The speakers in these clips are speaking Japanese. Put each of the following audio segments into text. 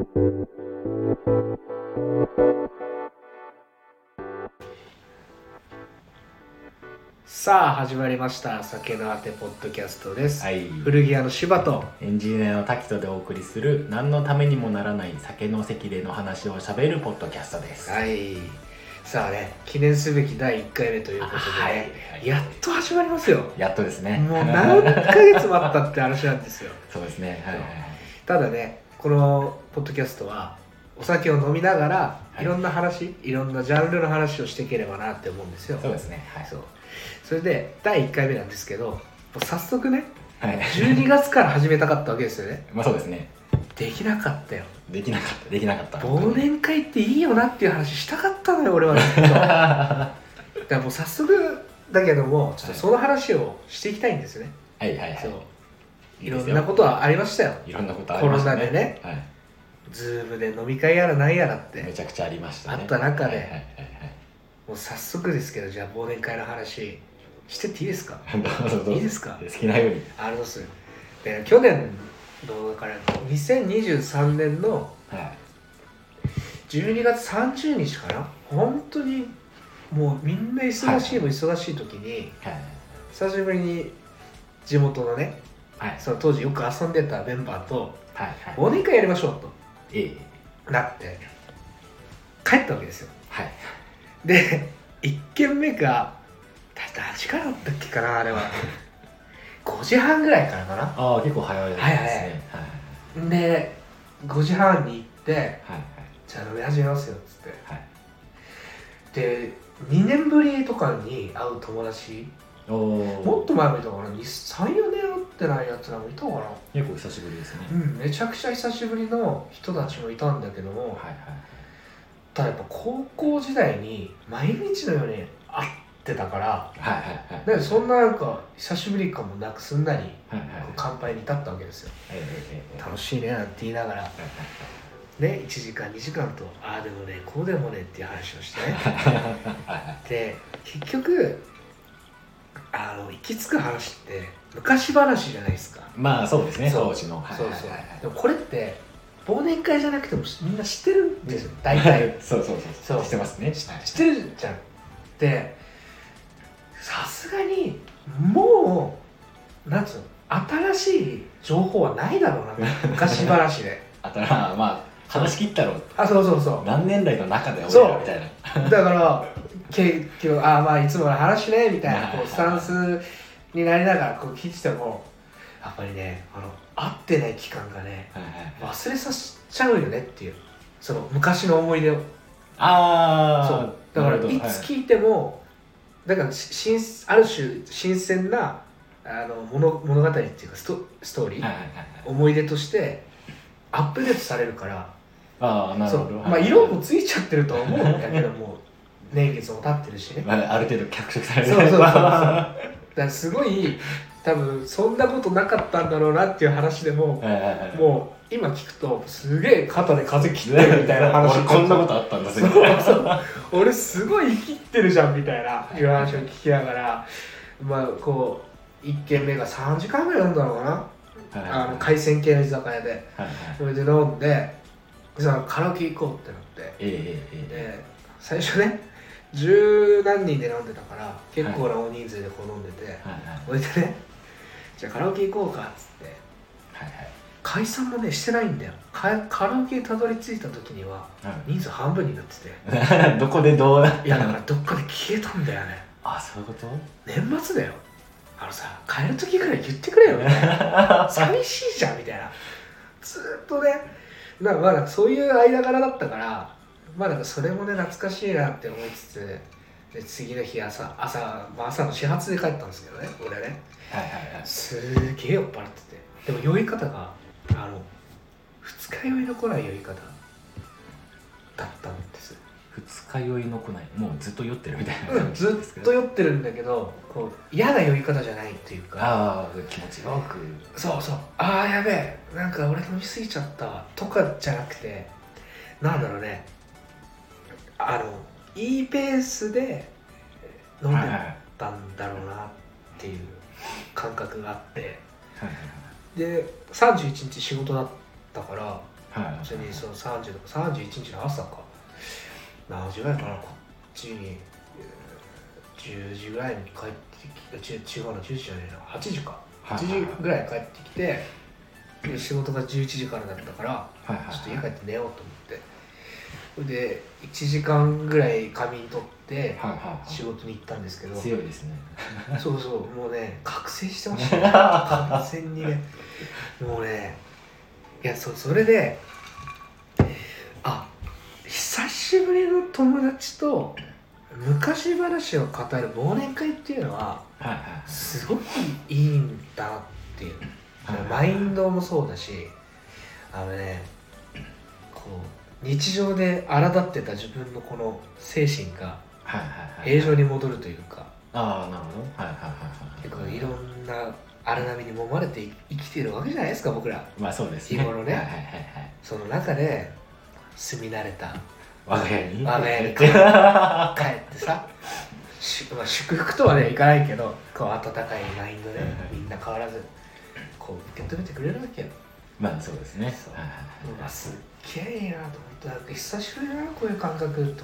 さあ始まりました酒のあてポッドキャストです、 はい、 古着屋の柴とエンジニアの滝人でお送りする何のためにもならない酒の席での話をしゃべるポッドキャストです。 はい。さあね、記念すべき第1回目ということで、 はいはい、 やっと始まりますよ。 やっとですね。 もう何ヶ月待ったって話なんですよ。 そうですね、はいはいはい、 ただね、このポッドキャストはお酒を飲みながらいろんな話、いろんなジャンルの話をしていければなって思うんですよ。 そうですね、はい、 それで第1回目なんですけど、早速ね、 はい、 12月から始めたかったわけですよね。 まあそうですね。 できなかったよ。 できなかった忘年会っていいよなっていう話したかったのよ俺はずっとだからもう早速だけどもちょっとその話をしていきたいんですよね。 はいはいはい、 そういろんなことはありましたよ。 いろんなことありましたね。 コロナでね、 はい、 ズームで飲み会やらなんやらってめちゃくちゃありましたね。 あった中で、 はいはいはいはい、 もう早速ですけど、じゃあ忘年会の話してっていいですか？いいですか？ 好きなように。 あれどうするで、去年のから2023年の12月30日かな、本当にもうみんな忙しいも忙しい時に、はい、久しぶりに地元のね、はい、その当時よく遊んでたメンバーと忘年会やりましょうと、なって帰ったわけですよ。はい、で1軒目が何時からだったっけかな、あれは5時半ぐらいからかな。 ああ、結構早いですね。 はい、で5時半に行って、はいはい、じゃあ飲み始めますよっつって、はい、で2年ぶりとかに会う友達、もっと前もいたかな、3、4年会ってないやつらもいたかな。 結構久しぶりですね。 めちゃくちゃ久しぶりの人たちもいたんだけども、はいはい、ただやっぱ高校時代に毎日のように会ってたから、はいはいはい、でそんななんか久しぶり感もなくすんなり、はいはい、乾杯に立ったわけですよ。楽しいねなんて言いながら、ね、1時間2時間とああでもねこうでもねっていう話をしてねで結局行き着く話って昔話じゃないですか。 まあそうですね、当時の。 そうそう、でもこれって忘年会じゃなくてもみんな知ってるんですよ、大体そう知ってますね。 知ってるじゃん。でさすがにもうなんつうの、新しい情報はないだろうな昔話でまあ話し切ったろう。 そう何年代の中で俺らみたいな。だから結局まあいつもの話ねみたいなこうスタンスになりながらこう聞いてても、やっぱりね会ってない期間がね、忘れさせちゃうよねっていう、その昔の思い出を。そうだからいつ聞いても、だからある種新鮮な物語っていうかストーリー、思い出としてアップデートされるから、 なるほど。 まあ色もついちゃってるとは思うんだけども年月も経ってるしね、 ある程度脚色される。 そうだからすごい多分そんなことなかったんだろうなっていう話でも、もう今聞くとすげえ肩で風切ってるみたいな話俺こんなことあったんだそう俺すごい生きってるじゃんみたいないう話を聞きながら、まあこう1軒目が3時間ぐらい飲んだのかな、海鮮系の居酒屋で、それで飲んでカラオケ行こうってなって、で最初ね十何人で飲んでたから結構な大人数でこう飲んでて、それでね、じゃあカラオケ行こうかっつって、解散もねしてないんだよ。カラオケにたどり着いた時には人数半分になっててどこでどうなったの？ いやだからどっかで消えたんだよね。 そういうこと？ 年末だよ。帰る時ぐらい言ってくれよみたいな寂しいじゃんみたいな、ずっとね、まあそういう間柄だったから、まあなんかそれもね懐かしいなって思いつつ、で次の日朝の始発で帰ったんですけどね、俺ね、すげえ酔っ払ってて、でも酔い方が二日酔いの来ない酔い方だったんです。 二日酔いの来ない、もうずっと酔ってるみたいな感じですか？ ずっと酔ってるんだけど、こう嫌な酔い方じゃないっていうか、 気持ちよく、 そうやべえなんか俺飲み過ぎちゃったとかじゃなくて、なんだろうね、いいペースで飲んでたんだろうなっていう感覚があって、で31日仕事だったから別にその30とか31日の朝か何時ぐらいかな、こっちに10時ぐらいに帰ってきて、違うの10時じゃねえな、8時か、8時ぐらいに帰ってきて、で仕事が11時からだったから、ちょっと家帰って寝ようと思って、で1時間ぐらい仮眠取って仕事に行ったんですけど、 強いですね。 そうそう、もうね覚醒してましたね完全にね、もうね、いやそれで、久しぶりの友達と昔話を語る忘年会っていうのはすごくいいんだなっていう、マインドもそうだし、こう日常で荒立ってた自分のこの精神が平常に戻るというか、 なるほど、 結構いろんな荒波に揉まれて生きてるわけじゃないですか、僕ら。 まあそうですね。 日頃ね、その中で住み慣れた我が家に帰ってさ、祝福とはねいかないけど、こう温かいマインドでみんな変わらずこう受け止めてくれるわけよ。 まあそうですね。 すっげえいいなと思って、なんか久しぶりだなこういう感覚と思って、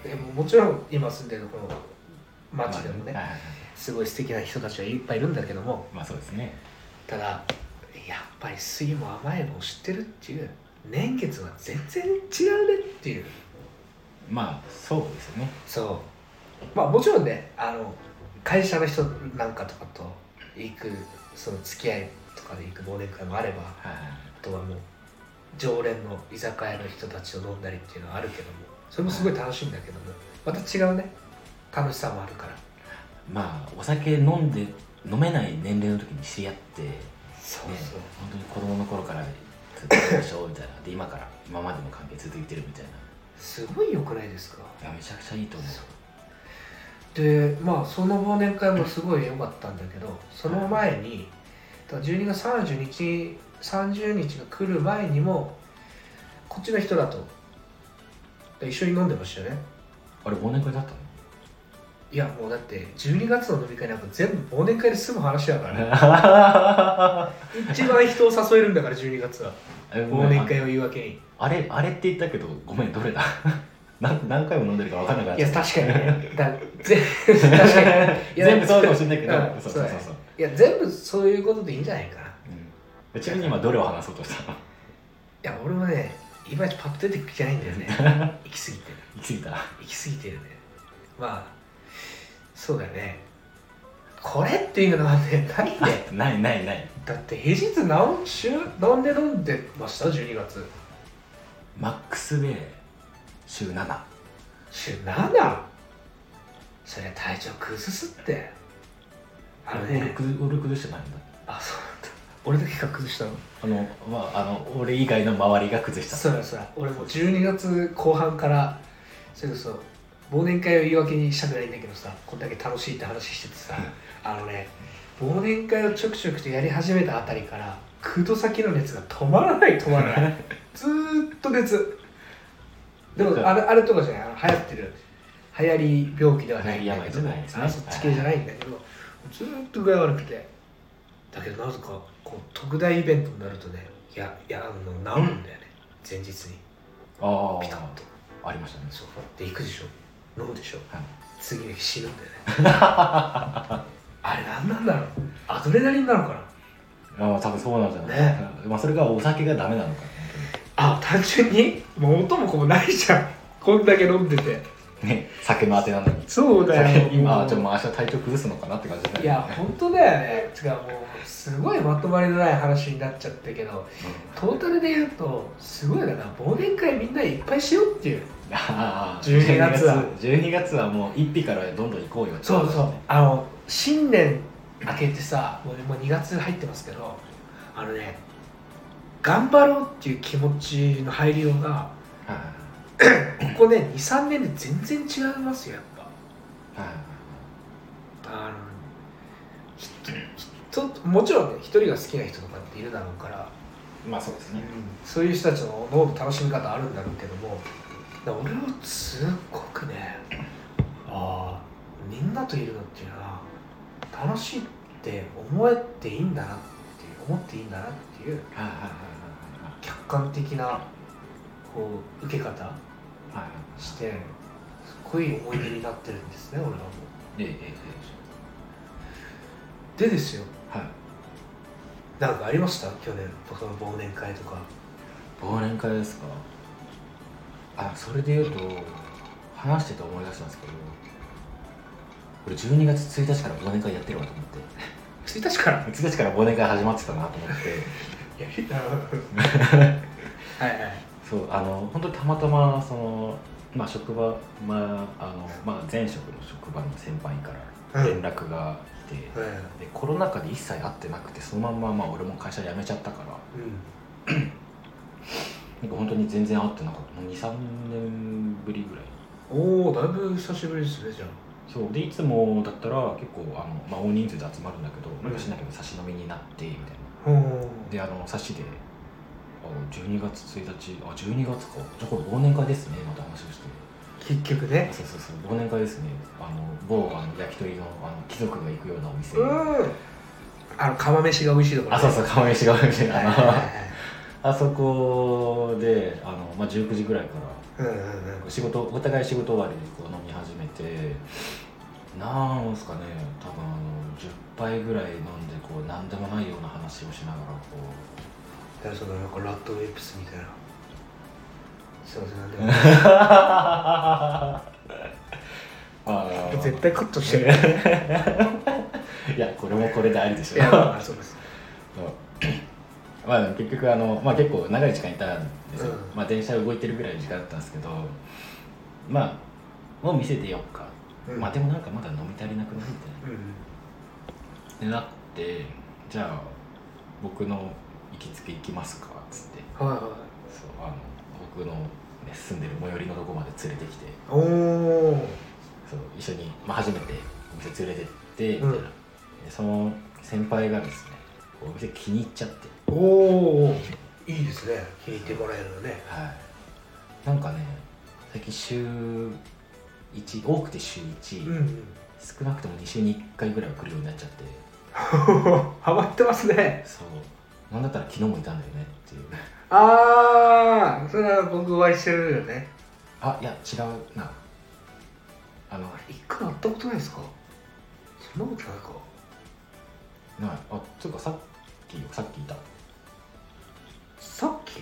でももちろん今住んでるこの町でもね、すごい素敵な人たちはいっぱいいるんだけども、 まあそうですね。 ただやっぱり酸いも甘いも知ってるっていう年月は全然違うねっていう。 まあそうですね。 そう、まあもちろんね、会社の人なんかとかと行くその付き合いとかで行く忘年会もあれば、あとはもう常連の居酒屋の人たちと飲んだりっていうのはあるけども、それもすごい楽しいんだけども、また違うね楽しさもあるから。 まあお酒飲めない年齢の時に知り合って、 そう、 本当に子供の頃からずっと一緒みたいなで、今までの関係続いてるみたいな、 すごい良くないですか。 いやめちゃくちゃいいと思う。 でまあその忘年会もすごい良かったんだけど、その前に12月30日が来る前にもこっちの人だと一緒に飲んでましたよね。 あれ忘年会だったの？ いやもうだって12月の飲み会なんか全部忘年会で済む話だからね一番人を誘えるんだから12月は忘年会を言い訳に。 あれって言ったけどごめん、どれだ何回も飲んでるか分かんなくなっちゃった。 いや確かにね確かに全部そうかもしれないけど、 そういや全部そういうことでいいんじゃないかな。 ちなみに今どれを話そうとしたの？いや俺もねいまいちパッと出てきてないんだよね行き過ぎてるね。まあそうだよね、これっていうのはねないないだって平日何週なんで飲んでました12月。 マックスで週7。 そりゃ体調崩すって。 俺崩してないんだ。 あ、そうなんだ。俺だけが崩したの？ 俺以外の周りが崩した。 そう俺も12月後半からそれこそ忘年会を言い訳にしたくないんだけどさ、こんだけ楽しいって話しててさ、忘年会をちょくちょくとやり始めたあたりから9度先の熱が止まらないずーっと熱。でもあれとかじゃない、流行り病気ではないんだけど、そっち系じゃないんだけど、ずーっと具合悪くて、だけどなぜかこう特大イベントになるとね、治るんだよね、前日にピタッとありましたね。 そうで行くでしょ、飲むでしょ、次の日死ぬんだよねあれ何なんだろう、アドレナリンなのかな。 多分そうなんじゃないね。それがお酒がダメなのかな。単純にもう音もこうないじゃん、こんだけ飲んでてね、酒のあてなのに。 そうだよ。 今明日体調崩すのかなって感じだよね。 いや本当だよね。もうすごいまとまりのない話になっちゃったけど、トータルで言うとすごいだな、忘年会みんないっぱいしようっていう。12 月はもう1日からどんどん行こうよって。 そう新年明けてさ、もう2月入ってますけど、頑張ろうっていう気持ちの入りようがここね 2,3 年で全然違いますよ、やっぱ。もちろんね一人が好きな人とかっているだろうから、 まあそうですね、 そういう人たちの脳の楽しみ方あるんだろうけども、俺はすっごくね、みんなといるのっていうのは楽しいって思っていいんだなっていう気客観的なこう受け方してすごい思い出になってるんですね俺はもう。でですよ、 はい、 なんかありました去年その忘年会とか。 忘年会ですか。それで言うと話してて思い出したんですけど、俺12月1日から忘年会やってるわと思って 1日から 1日から忘年会始まってたなと思ってはいはい。 そう本当にたまたまその、職場、前職の職場の先輩から連絡が来て、でコロナ禍で一切会ってなくて、そのまんま俺も会社辞めちゃったから、なんか本当に全然会ってなかった。もう 2,3 年ぶりぐらい。 おお、だいぶ久しぶりですねじゃあ。 そうで、いつもだったら結構大人数で集まるんだけど、なんかしなきゃ差し飲みになってみたいな。で差しで12月1日12月か、じゃあこれ忘年会ですね、また話をして結局ね。 そう忘年会ですね。某焼き鳥の貴族が行くようなお店、 釜飯が美味しいところ、ね、 そう釜飯が美味しいあそこで19時ぐらいからお互い仕事終わりでこう飲み始めて、なんすかね、多分10杯ぐらい飲んでこう何でもないような話をしながらこう、 そのなんかラッドウェイプスみたいな。すいません、なんでも絶対カットしてるいや、これもこれでありでしょ。 いや、そうです結局結構長い時間いたんですよ、電車動いてるぐらいの時間だったんですけど、もう店出よっか、でもなんかまだ飲み足りなくないみたいな、ってなって、じゃあ僕の行きつけ行きますかっつって、そう僕の、住んでる最寄りのとこまで連れてきて、そう一緒に、初めてお店連れてってみたいな、でその先輩がですね、お店気に入っちゃって、 おお、いいですね、気に入ってもらえるのね。 なんかね、最近週1、多くて週1、少なくとも2週に1回ぐらいは来るようになっちゃってハマってますね。 そうなんだったら昨日もいたんだよねっていう。 それは僕お会いしてるよね。 いや違うな、 一回会ったことないですか。そんなことないかない。つうかさっきいた。 さっき、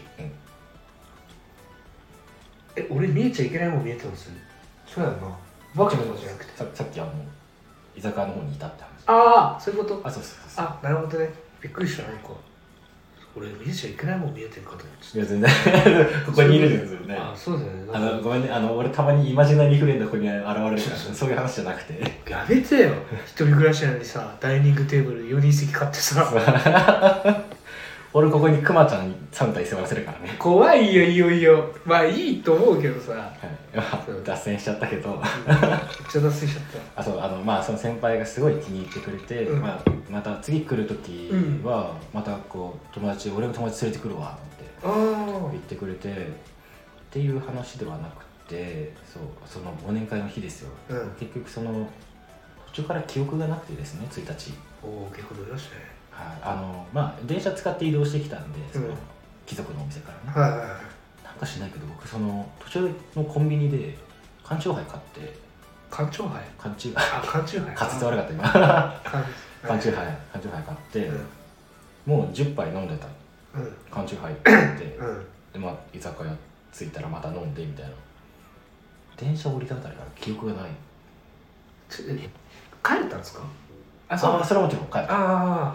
俺見えちゃいけないもん見えてます。そうやんな、バカなことじゃなくて、 さっき居酒屋の方にいたって話。 そういうこと。 そうなるほどね、びっくりした。なんか俺見えちゃいけないもん見えてるかと思って。 いや全然ここにいるんですよね。 そうだよね。ごめんね、俺たまにイマジナリーフレンドここに現れるから、そういう話じゃなくて。 やめてよ、一人暮らしなのにさ、ダイニングテーブル4人席買ってさ俺ここにクマちゃんに3体世話するからね。 怖いよ、いよいよ。いいと思うけどさ、 脱線しちゃったけど、めっちゃ脱線しちゃった。 その先輩がすごい気に入ってくれて、また次来る時はまたこう俺の友達連れてくるわって言ってくれてっていう話ではなくて、その忘年会の日ですよ、結局その途中から記憶がなくてですね、1日。 結構飲みましたね。 電車使って移動してきたんで、その貴族のお店からね、なんかしないけど僕その途中のコンビニで缶チューハイ買って、 缶チューハイ缶チューハイ滑舌悪かった今缶チューハイ買って、もう10杯飲んでた、缶チューハイ買って、で居酒屋着いたらまた飲んでみたいな。電車降りたあたりから記憶がない。 帰れたんですか。 それはもちろん帰った。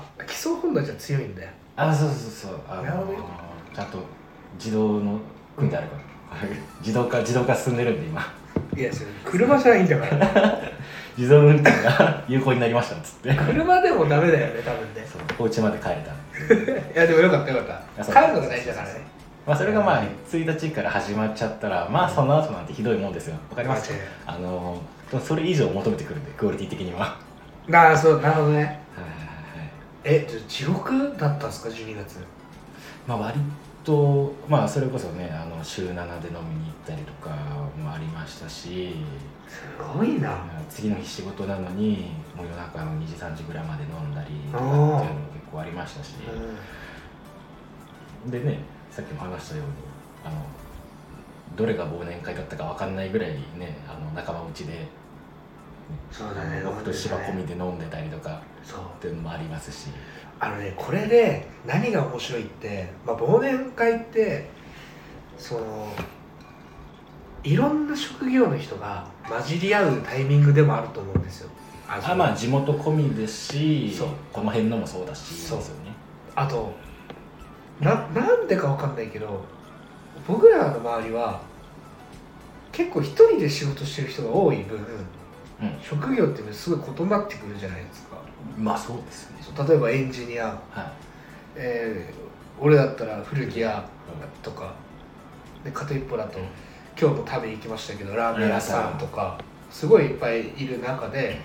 基礎本能じゃ強いんだよ。 そうちゃんと自動の組んであるから自動化進んでるんで今。 いや、それ車じゃないんだから自動運転が有効になりましたっつって車でもダメだよね、多分ね。 お家まで帰れたいやでもよかった帰るのが大事だからね。 それが1日から始まっちゃったらその後なんてひどいもんですよ。わかります？それ以上求めてくるんで、クオリティ的には。 そう、なるほどね。地獄だったんですか、12月。 割とそれこそね、週7で飲みに行ったりとかもありましたし、 すごいな。 次の日仕事なのにもう夜中の2時3時ぐらいまで飲んだりとかっていうのも結構ありましたし、でね、 さっきも話したようにどれが忘年会だったか分かんないぐらいね仲間内でそうだね、 僕と芝込みで飲んでたりとかっていうのもありますし、 これで何が面白いって、忘年会っていろんな職業の人が混じり合うタイミングでもあると思うんですよ。 地元込みですし、この辺のもそうだしですよね。 あとなんでかわかんないけど、僕らの周りは結構一人で仕事してる人が多い分、職業ってすごい異なってくるじゃないですか。 そうですね。 例えばエンジニア、俺だったら古着屋とか、で片一方だと今日も食べに行きましたけどラーメン屋さんとかすごいいっぱいいる中で、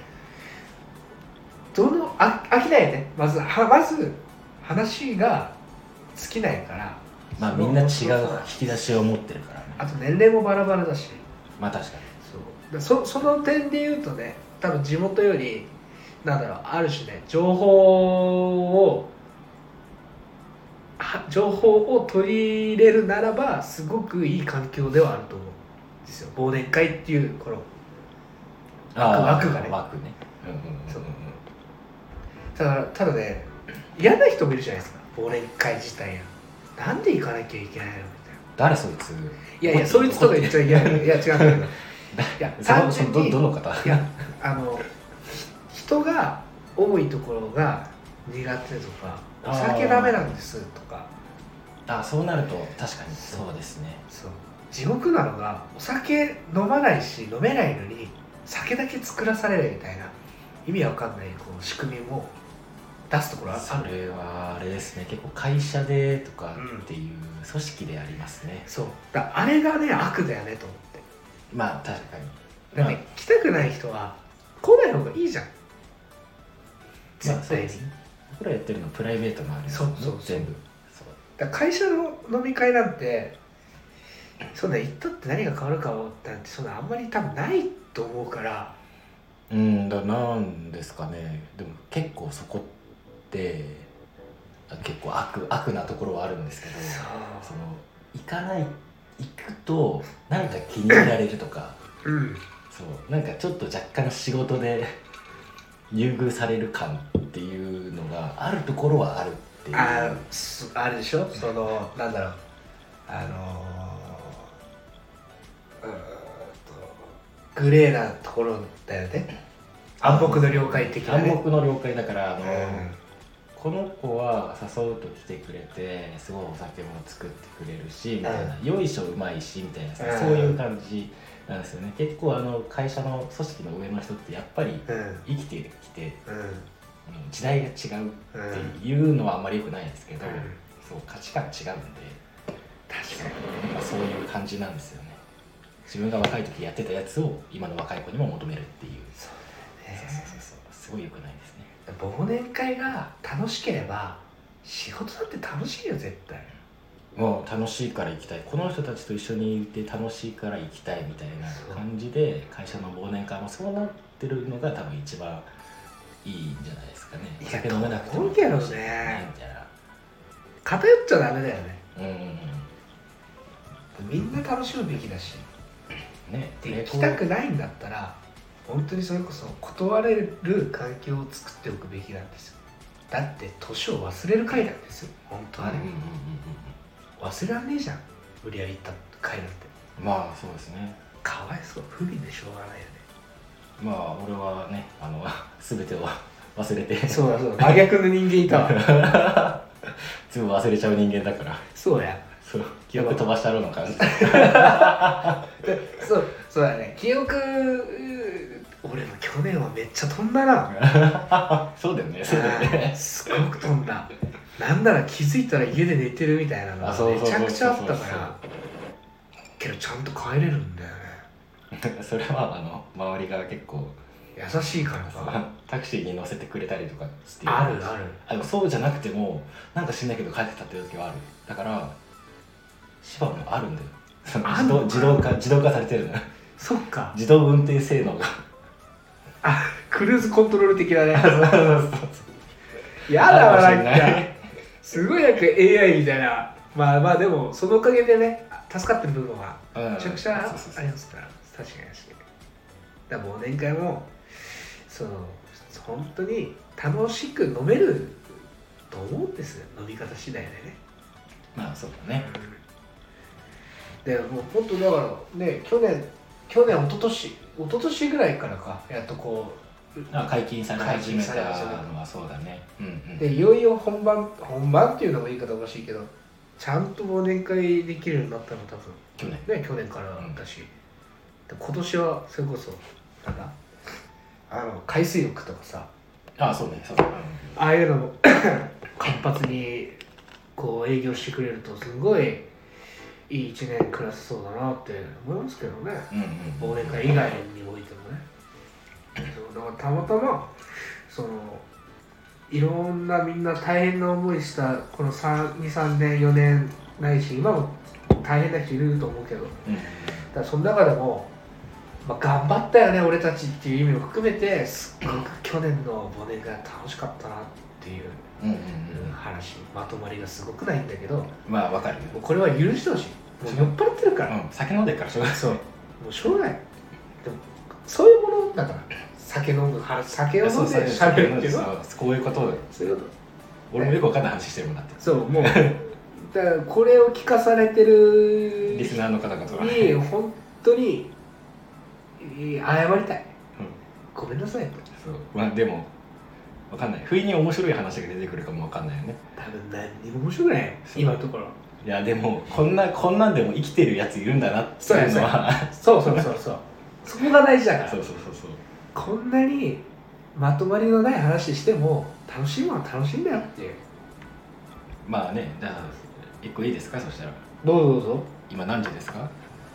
飽きないよね。まず話が尽きないから、 みんな違う引き出しを持ってるからね。 あと年齢もバラバラだし、 確かにその点で言うとね、多分地元よりある種ね、情報を取り入れるならばすごくいい環境ではあると思うんですよ。忘年会っていうこの枠がね。だからただね、嫌な人もいるじゃないですか、忘年会自体が。なんで行かなきゃいけないのみたいな。 誰そいつ？ いやそいつとか言っちゃいけない。いや違うんだけど。単純にどの方？ 人が多いところが苦手とか、お酒ダメなんですとか。 そうなると確かにそうですね。 地獄なのが、お酒飲まないし飲めないのに酒だけ作らされるみたいな意味わかんない仕組みも出すところある。 それはあれですね、結構会社でとかっていう組織でありますね。 あれがね悪だよねと思って。 確かに。 だって来たくない人は来ない方がいいじゃん。絶対に。 僕らやってるのプライベートもあるよね。全部。 会社の飲み会なんてそんな行ったって何が変わるかなんてそんなあんまり多分ないと思うから。 なんですかね。でも結構そこって結構悪なところはあるんですけど、行くとなんか気に入られるとか、なんかちょっと若干仕事で優遇される感っていうのがあるところはあるっていう。 あるでしょ。グレーなところだよね。暗黙の了解的なね。 暗黙の了解だからこの子は誘うと来てくれてすごいお酒も作ってくれるしみたいな、よいしょうまいしみたいなそういう感じなんですよね。結構会社の組織の上の人ってやっぱり生きてきて、時代が違うっていうのはあんまり良くないんですけど、価値観違うんで、 確かにそういう感じなんですよね。自分が若い時やってたやつを今の若い子にも求めるっていう。すごい良くないですね。 忘年会が楽しければ仕事だって楽しいよ絶対。 もう楽しいから行きたい、この人たちと一緒にいて楽しいから行きたいみたいな感じで、会社の忘年会もそうなってるのが多分一番いいんじゃないですかね。お酒飲めなくてもいいけどね、偏っちゃダメだよね。みんな楽しむべきだしね。行きたくないんだったら本当にそれこそ断れる環境を作っておくべきなんですよ。だって年を忘れる会なんですよ本当はね。忘れらんねえじゃん、無理やり行った会なんて。 そうですね。 かわいそう、不憫でしょうがないよね。 俺はね全てを忘れてそう真逆の人間いたわ全部忘れちゃう人間だから。 そうや、 記憶飛ばしたろうの感じそうだね。記憶俺も去年はめっちゃ飛んだなそうだよねすごく飛んだ。なんなら気づいたら家で寝てるみたいなのがめちゃくちゃあったから。けどちゃんと帰れるんだよねそれは周りが結構優しいからか。 タクシーに乗せてくれたりとかしてあるそうじゃなくてもなんか知んないけど帰ってたっていう時はある。だから芝もあるんだよ自動化されてるのよ。 そっか、 自動運転性能がクルーズコントロール的なねやだわ、なんかすごいなんか AI みたいなまあまあでもそのおかげでね助かってる部分はめちゃくちゃありますから、確かにだから忘年会もその本当に楽しく飲めると思うんですよ、飲み方次第でね。 まあそうだね、 でもう本当だからね、去年一昨年ぐらいからかやっとこう解禁され始めたのはそうだね、 でいよいよ本番っていうのも言い方おかしいけど、ちゃんと忘年会できるようになったの多分去年からだし、で今年はそれこそなんだ海水浴とかさ、 そうね、 ああいうのも活発にこう営業してくれるとすごいいい1年暮らせそうだなって思いますけどね、忘年会以外においてもね。だからたまたまそのいろんなみんな大変な思いしたこの2、3年4年ないし今も大変な人いると思うけど、だからその中でも、頑張ったよね俺たちっていう意味も含めてすっごく去年の忘年会楽しかったなっていう話、まとまりがすごくないんだけど、 まあわかるよ、 もうこれは許してほしい。もう酔っ払ってるから、 酒飲んでるからしょうがない、 そうもうしょうがない。でもそういうものだから、酒飲んで喋るっていうのはこういうこと、 そういうこと。 俺もよくわかんない話してるもんだって。 そうもうだからこれを聞かされてるリスナーの方々 に本当に謝りたい、ごめんなさいと。 そうでもわかんない、不意に面白い話が出てくるかもわかんないよね。 多分何にも面白くない今のところ。 いやでもこんなんでも生きてるやついるんだなっていうのはそうそこが大事だから。 そうこんなにまとまりのない話しても楽しいものは楽しいんだよっていう。 まあね、じゃあ一個いいですか、そしたら。 どうぞ。 今何時ですか？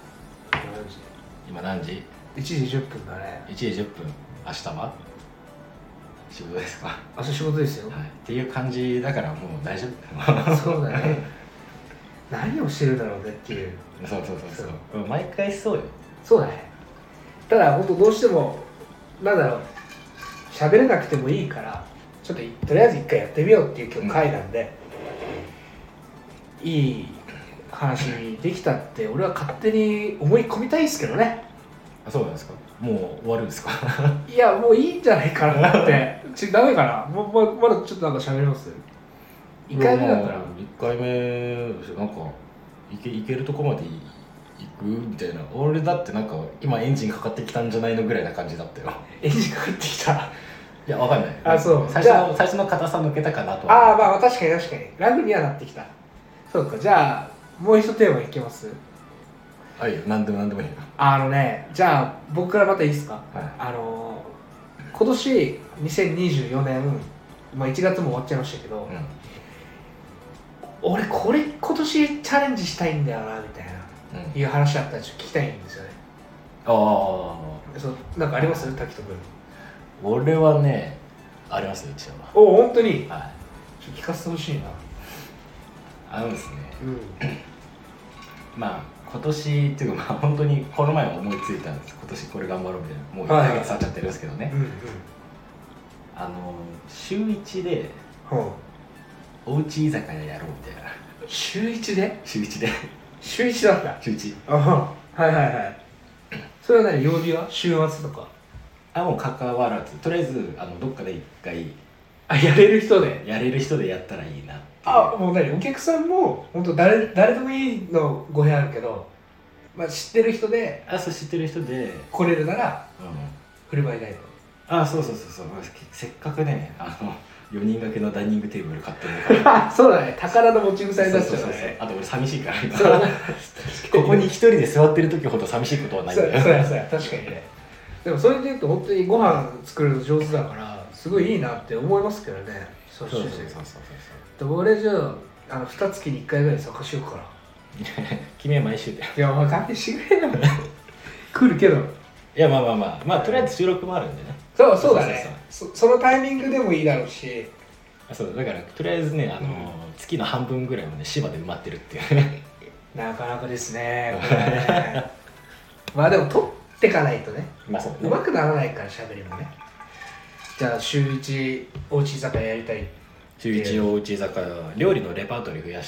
今何時 ？1時10分だね。 1時10分。明日は仕事ですか？ 明日仕事ですよ、 っていう感じだからもう大丈夫そうだね何をしてるだろうねっていう。 そう毎回そうよ。 そうだね。ただ本当どうしてもなんだろう、喋れなくてもいいからちょっととりあえず一回やってみようっていう今日回なんで、いい話できたって俺は勝手に思い込みたいですけどね。 そうなんですか？もう終わるんですか？ いやもういいんじゃないかなってダメかな、まだちょっとなんか喋ります？1回目だったら 1回目なんかいけるとこまで行くみたいな。俺だってなんか今エンジンかかってきたんじゃないのぐらいな感じだったよ。 エンジンかかってきた？いやわかんない。 そう最初の硬さ抜けたかなと。 まあ確かに楽にはなってきた。そうか、じゃあもう一テーマいきます？ はい、何でもいいよ。 じゃあ僕からまたいいですか？今年2024年、1月も終わっちゃいましたけど、俺これ今年チャレンジしたいんだよなみたいな、いう話だったらちょっと聞きたいんですよね。なんかあります？滝人君。 俺はね、ありますよ、一応。 本当に？ はい。 ちょっと聞かせてほしいな。 ですね、今年っていうか本当にこの前思いついたんです。今年これ頑張ろうみたいな。もう1ヶ月経っちゃってるんですけどね、週1でおうち居酒屋やろうみたいな。 週1で？ 週1 だった。 週1。 はいそれは何？曜日は週末とか？ もう関わらず、とりあえずどっかで1回やれる人でやったらいいなって。 もうお客さんも本当誰でもいいのご部屋あるけど、知ってる人で知ってる人で来れるなら振る舞いないと。 そうせっかくね4人掛けのダイニングテーブル買ってるからそうだね、宝の持ち腐り出しちゃうね。 あと俺寂しいからここに一人で座ってる時ほど寂しいことはないんだよ。 そうや確かにね。でもそれで言うと本当にご飯作るの上手だからすごいいいなって思いますけどね。そう俺じゃあ2月に1回ぐらい参加しようかな。 君は毎週で。 いや勘弁してくれよ来るけど。 いやまあとりあえず収録もあるんでね。 そうだね。そのタイミングでもいいだろうし。 だからとりあえずね月の半分ぐらいまで芝で埋まってるっていうね。 なかなかですねこれねでも取ってかないとね、うまくならないから喋りもね。じゃあ週1おうち居酒屋やりたい。 週1おうち居酒屋、料理のレパートリー増やしたいっ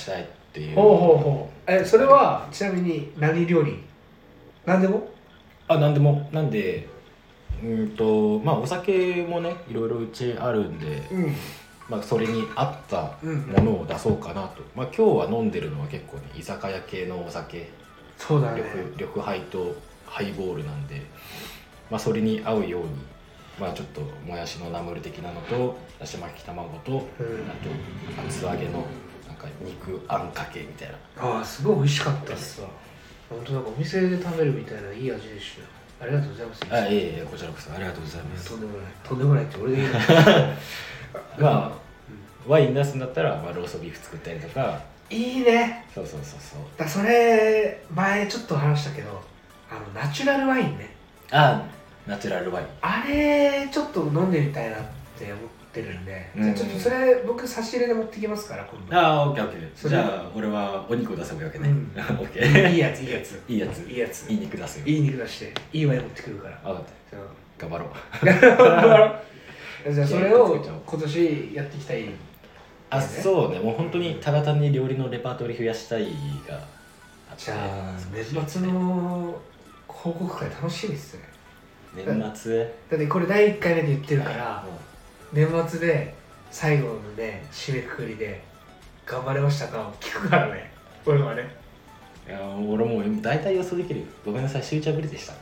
っていう。 ほうほうほう。それはちなみに何料理？何でも？ 何でも。なんでまあお酒もねいろいろうちあるんで、まあそれに合ったものを出そうかなと。まあ今日は飲んでるのは結構ね居酒屋系のお酒。 そうだね。 緑杯とハイボールなんで、まあそれに合うように、まあちょっともやしのナムル的なのとだし巻き卵と、あと厚揚げのなんか肉あんかけみたいな。すごい美味しかったっすわ。本当なんかお店で食べるみたいないい味でしたよ。ありがとうございます。 いえこちらこそありがとうございます。 とんでもないとんでもないって俺で言うのまあ、ワイン出すんだったら、まあ、ローストビーフ作ったりとか。 いいね。 そうそれ前ちょっと話したけどナチュラルワインね。 ナチュラルワインあれちょっと飲んでみたいなって思ってるんで、じゃあちょっとそれ僕差し入れで持ってきますから今度。 オッケー。じゃあ俺はお肉を出せばいいわけね。オッケー。いいやついい肉出すよ。 いい肉出していいワイン持ってくるから。 分かった。頑張ろう。じゃあそれを今年やっていきたい。 そうね。もう本当にただ単に料理のレパートリー増やしたいがあって。 じゃあ年末の報告会楽しみですね。 年末だってこれ第1回目で言ってるから、年末で最後のね締めくくりで頑張れましたかを聞くからね。俺はね。 いや俺もう大体予想できるよ。ごめんなさい、週1は無理でしたって。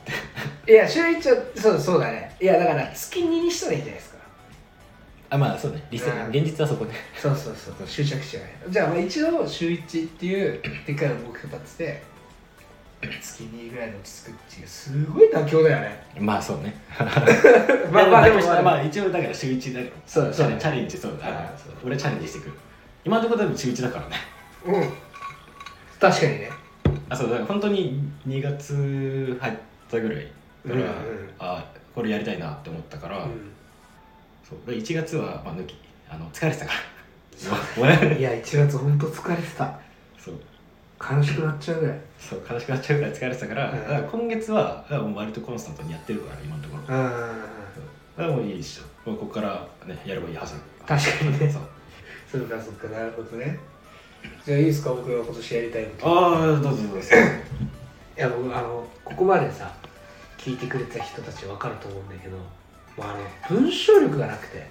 いや週1はそうだね。いやだから月2にしたらいいじゃないですか。 まあそうね、現実はそこで。 そう執着しちゃう。じゃあ一度週1っていうでっかい目標立てて月2ぐらいで落ち着くっていうすごい妥協だよね。 まあそうね。 まあでもまあ一応だから週1だけど。 そうチャレンジ。俺チャレンジしてくる。今のところでも週1だからね。 確かにね。 そうだから本当に2月入ったぐらいからこれやりたいなって思ったから、そう1月はまあ抜き疲れてたからいや1月本当疲れてた。 そう悲しくなっちゃうぐらい。 そう悲しくなっちゃうぐらい疲れてたから、だから今月はもう割とコンスタントにやってるから今のところ。だからもういいでしょ。ここからねやればいいはず。 確かにね。そうかなるほどね。じゃあいいですか、僕が今年やりたいこと。 どうぞ。 いや僕ここまでさ聞いてくれた人たち分かると思うんだけど、文章力がなくて、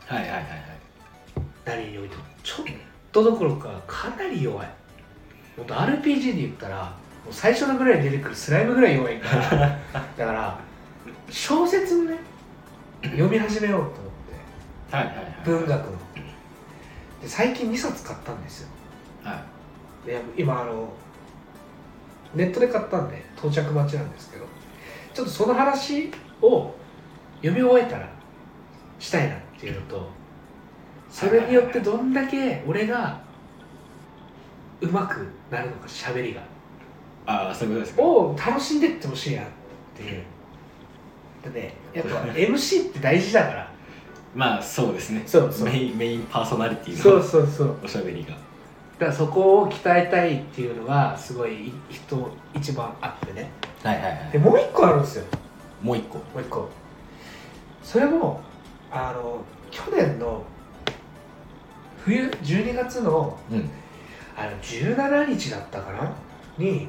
何においてもちょっとどころかかなり弱い。ほんと RPG で言ったらもう最初のぐらいに出てくるスライムぐらい弱いからだから小説をね読み始めようと思って、文学ので最近2冊買ったんですよ。で今ネットで買ったんで到着待ちなんですけど、ちょっとその話を読み終えたらしたいなっていうのと、それによってどんだけ俺が上手くなるのか、喋りがそういうことですか。 を楽しんでってほしいなっていう。でね、やっぱ MC って大事だからまあそうですね。メインパーソナリティのおしゃべりが。 だからそこを鍛えたいっていうのがすごい一番あってね。でもう一個あるんですよ。もう一個。それも去年の冬12月の、17日だったかなに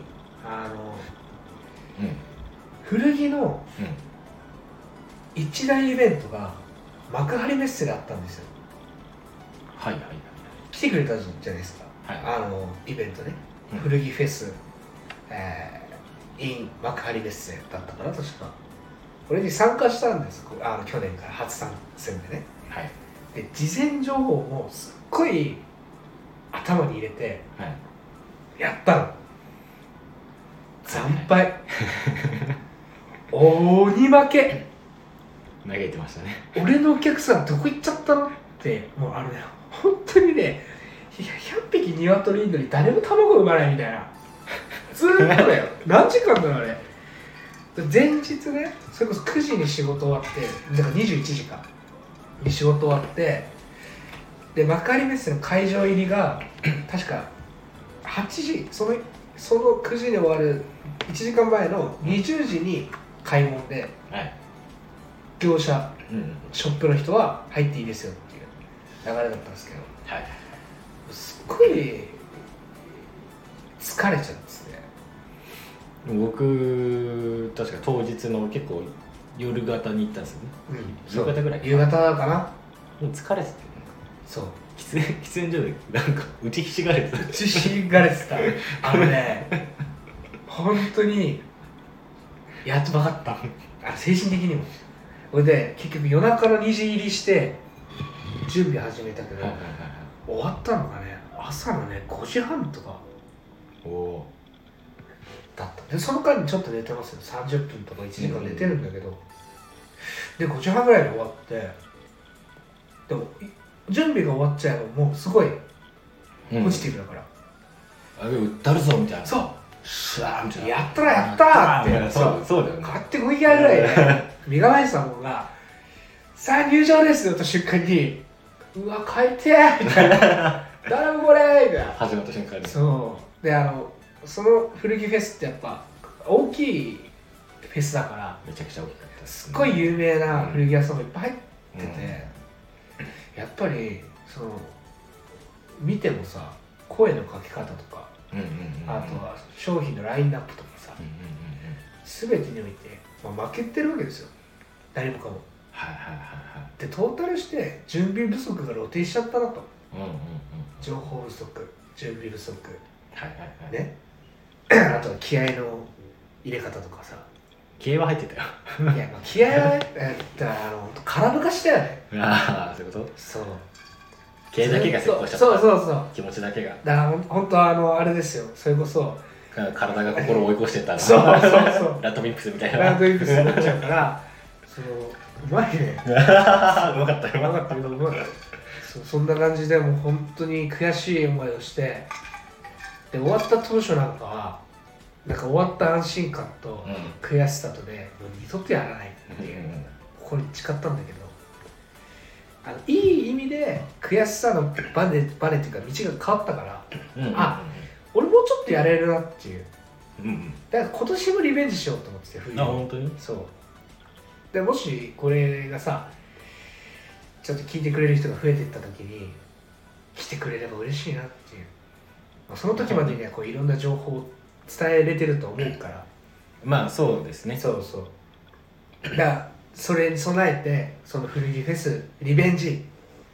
古着の一大イベントが幕張メッセであったんですよ。来てくれたじゃないですか。イベントね、古着フェス、in 幕張メッセだったかな、確か。これに参加したんです。去年から初参戦でね。で事前情報もすっごい頭に入れてやったの。惨敗。鬼負け。 嘆いてましたね。 俺のお客さんどこ行っちゃったのってもう本当にね、100匹鶏いるのに誰も卵産まないみたいな。ずーっとだよ。何時間だよあれ。前日ね、それこそ9時に仕事終わって、だから21時かに仕事終わって、で幕張メッセの会場入りが確か8時、その9時に終わる1時間前の20時に開門で、業者、ショップの人は入っていいですよっていう流れだったんですけど、すっごい疲れちゃうんですね。 僕確か当日の結構夜型に行ったんですよね、夕方ぐらい夕方かな。 もう疲れてて、 そう喫煙所でなんか打ちひしがれてた打ちひしがれてた本当にやっと分かった精神的にも。それで結局夜中の2時入りして準備始めたけど、終わったのがね朝のね5時半とかだったで、その間にちょっと寝てますよ。30分とか1時間寝てるんだけど、で5時半ぐらいに終わって、でも準備が終わっちゃえばもうすごいポジティブだから、 あれ歌るぞみたいな、 そうやったらやったーってそうだよね、 買ってこいやぐらいで身構えてたもんが、さあ入場ですよと瞬間にうわ帰ってーみたいな誰もこれーみたいな始まった瞬間に。 そうでその古着フェスってやっぱ大きいフェスだからめちゃくちゃ大きかったです、 すっごい有名な古着屋さんもいっぱい入ってて、やっぱり見てもさ声の書き方とか、あとは商品のラインナップとかさ、全てにおいて、負けてるわけですよ誰もかも。でトータルして準備不足が露呈しちゃったなと、情報不足、準備不足、ねあとは気合の入れ方とかさ。 気合は入ってたよいや気合は空ぶかしだよね。 ああそういうこと。 そう気合だけが先行しちゃった。 そう気持ちだけが。 だから本当あれですよ、それこそ体が心を追い越してったらそうラッドウィンプスみたいな。 ラッドウィンプスになっちゃうからうまいねうまかったよ。 そんな感じでもう本当に悔しい思いをして、で終わった当初なんかはなんか終わった安心感と悔しさとで、もう二度とやらないっていうここに誓ったんだけど、いい意味で悔しさのバネっていうか道が変わったから、俺もうちょっとやれるなっていう、だから今年もリベンジしようと思ってて、冬に。 本当に。そうでもしこれがさちょっと聞いてくれる人が増えていった時に来てくれれば嬉しいなっていう、その時までにはこういろんな情報を伝えれてると思うから。 まあそうですね。 そうだからそれに備えてその古着フェスリベンジ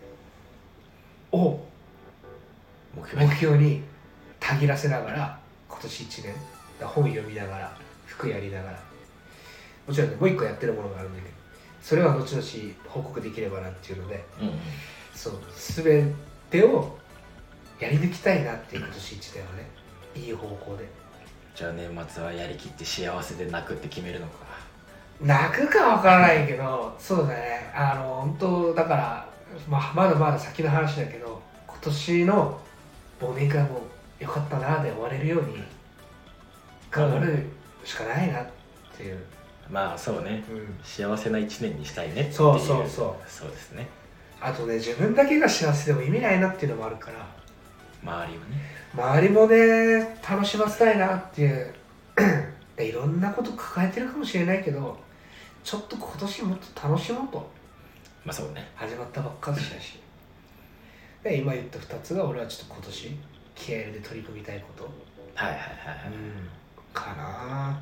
を目標にたぎらせながら今年1年本読みながら服やりながら、もちろんねもう一個やってるものがあるんだけど、それは後々報告できればなっていうので、全てをやり抜きたいなっていう今年1年はね、いい方向で。 じゃあ年末はやりきって幸せで泣くって決めるのか。 泣くかわからないけど、そうだね、本当だから、まだまだ先の話だけど、今年の忘年会も良かったなで終われるように頑張るしかないなっていう。 まあそうね、幸せな1年にしたいねっていう。 そうですね。 あとね、自分だけが幸せでも意味ないなっていうのもあるから、周りもね楽しませたいなっていうで、いろんなこと抱えてるかもしれないけど、ちょっと今年もっと楽しもうと。 そうね、 始まったばっかりだしで、今言った2つが俺はちょっと今年気合で取り組みたいことかな。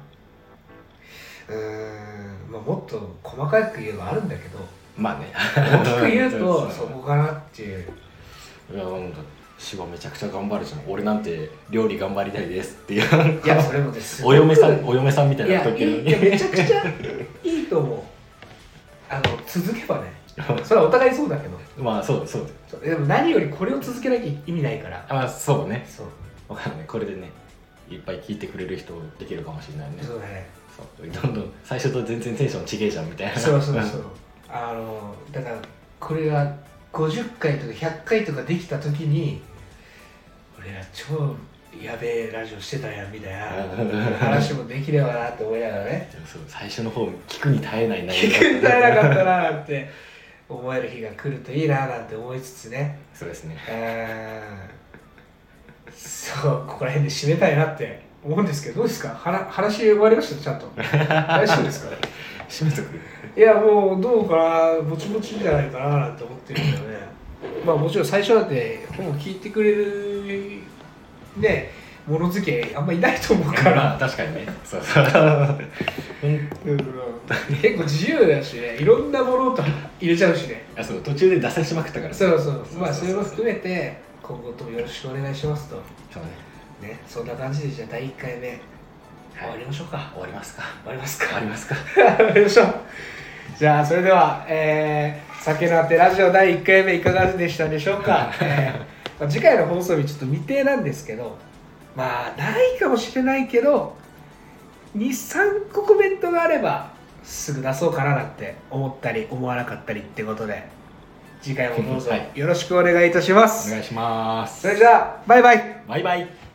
もっと細かく言えばあるんだけど、大きく言うとそこかなっていう。 いや芝めちゃくちゃ頑張るじゃん。俺なんて料理頑張りたいですっていう。 いやそれもですお嫁さんみたいな時に。 いやめちゃくちゃいいと思う。続けばね、それはお互いそうだけど。 そうでも何よりこれを続けなきゃ意味ないから。 そうね。分かんない、これでねいっぱい聞いてくれる人できるかもしれないね。 そうだね。 どんどん最初と全然テンション違えじゃんみたいな。 そうだからこれが50回とか100回とかできた時に、俺ら超やべえラジオしてたやんみたいな話もできればなって思いながらね。 最初の方聞くに耐えない内容、聞くに耐えなかったななんて思える日が来るといいななんて思いつつね。 そうですね。 ここら辺で締めたいなって思うんですけど、どうですか、話終わりましたちゃんと大丈夫ですか締めとく。 いやもうどうかな、ぼちぼちじゃないかななんて思ってるんだよね。もちろん最初だって本を聞いてくれるね物好きあんまいないと思うから確かにねそうそう結構自由だしねいろんなものと入れちゃうしねそう途中で脱線しまくったから、 そうまあそれも含めて今後ともよろしくお願いしますとそうねそんな感じでじゃあ第1回目終わりましょうか。 終わりますか終わりますか終わりますか終わりましょう。じゃあそれでは、酒のあてラジオ第1回目いかがでしたでしょうか、次回の放送日ちょっと未定なんですけどまあないかもしれないけど 2,3 個コメントがあればすぐ出そうかななんて思ったり思わなかったりってことで次回もどうぞよろしくお願いいたします、 お願いします。 それじゃあバイバイ。 バイバイ。